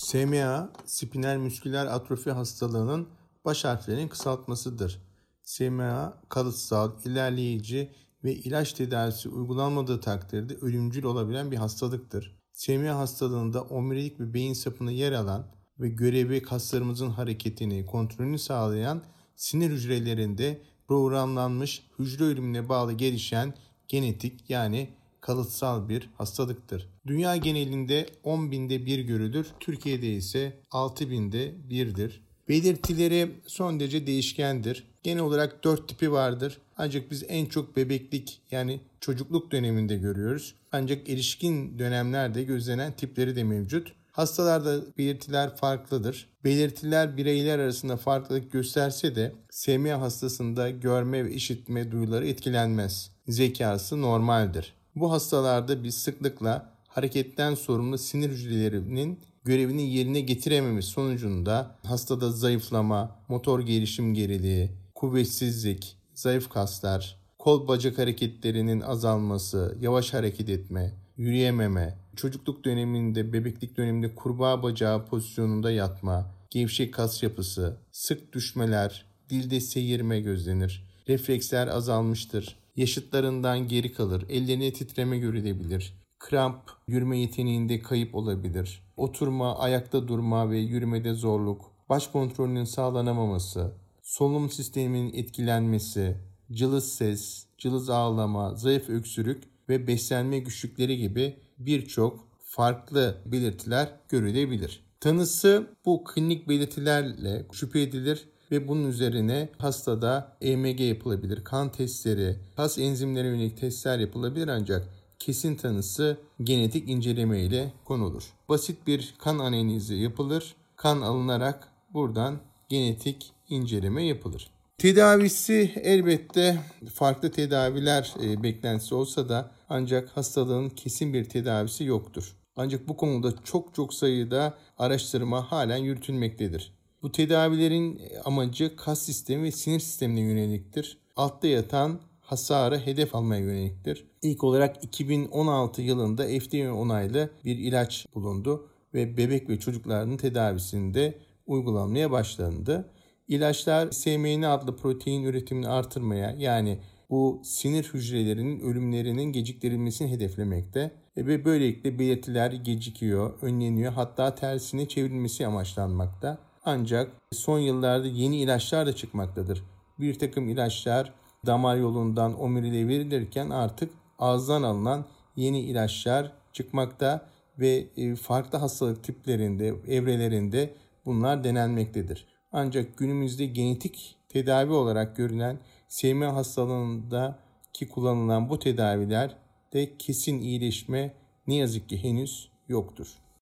SMA, spinal musküler atrofi hastalığının baş harflerinin kısaltmasıdır. SMA, kalıtsal, ilerleyici ve ilaç tedavisi uygulanmadığı takdirde ölümcül olabilen bir hastalıktır. SMA hastalığında omurilik ve beyin sapında yer alan ve görevi kaslarımızın hareketini, kontrolünü sağlayan sinir hücrelerinde programlanmış hücre ölümüne bağlı gelişen genetik yani kalıtsal bir hastalıktır. Dünya genelinde 10.000'de 1 görülür, Türkiye'de ise 6.000'de 1'dir. Belirtileri son derece değişkendir. Genel olarak 4 tipi vardır. Ancak biz en çok bebeklik yani çocukluk döneminde görüyoruz. Ancak erişkin dönemlerde gözlenen tipleri de mevcut. Hastalarda belirtiler farklıdır. Belirtiler bireyler arasında farklılık gösterse de SMA hastasında görme ve işitme duyuları etkilenmez. Zekası normaldir. Bu hastalarda biz sıklıkla hareketten sorumlu sinir hücrelerinin görevini yerine getirememesi sonucunda hastada zayıflama, motor gelişim geriliği, kuvvetsizlik, zayıf kaslar, kol bacak hareketlerinin azalması, yavaş hareket etme, yürüyememe, çocukluk döneminde, bebeklik döneminde kurbağa bacağı pozisyonunda yatma, gevşek kas yapısı, sık düşmeler, dilde seyirme gözlenir, refleksler azalmıştır, yaşıtlarından geri kalır, ellerine titreme görülebilir, kramp, yürüme yeteneğinde kayıp olabilir, oturma, ayakta durma ve yürümede zorluk, baş kontrolünün sağlanamaması, solunum sisteminin etkilenmesi, cılız ses, cılız ağlama, zayıf öksürük ve beslenme güçlükleri gibi birçok farklı belirtiler görülebilir. Tanısı bu klinik belirtilerle şüphe edilir ve bunun üzerine hastada EMG yapılabilir, kan testleri, kas enzimlerine yönelik testler yapılabilir ancak kesin tanısı genetik inceleme ile konulur. Basit bir kan analizi yapılır, kan alınarak buradan genetik inceleme yapılır. Tedavisi elbette farklı tedaviler beklentisi olsa da ancak hastalığın kesin bir tedavisi yoktur. Ancak bu konuda çok sayıda araştırma halen yürütülmektedir. Bu tedavilerin amacı kas sistemi ve sinir sistemine yöneliktir. Altta yatan hasarı hedef almaya yöneliktir. İlk olarak 2016 yılında FDA onaylı bir ilaç bulundu ve bebek ve çocukların tedavisinde uygulanmaya başlandı. İlaçlar SMN adlı protein üretimini artırmaya yani bu sinir hücrelerinin ölümlerinin geciktirilmesini hedeflemekte ve böylelikle belirtiler gecikiyor, önleniyor hatta tersine çevrilmesi amaçlanmakta. Ancak son yıllarda yeni ilaçlar da çıkmaktadır. Bir takım ilaçlar damar yolundan omuriliğe verilirken artık ağızdan alınan yeni ilaçlar çıkmakta ve farklı hastalık tiplerinde, evrelerinde bunlar denenmektedir. Ancak günümüzde genetik tedavi olarak görülen SMA hastalığındaki kullanılan bu tedavilerde kesin iyileşme ne yazık ki henüz yoktur.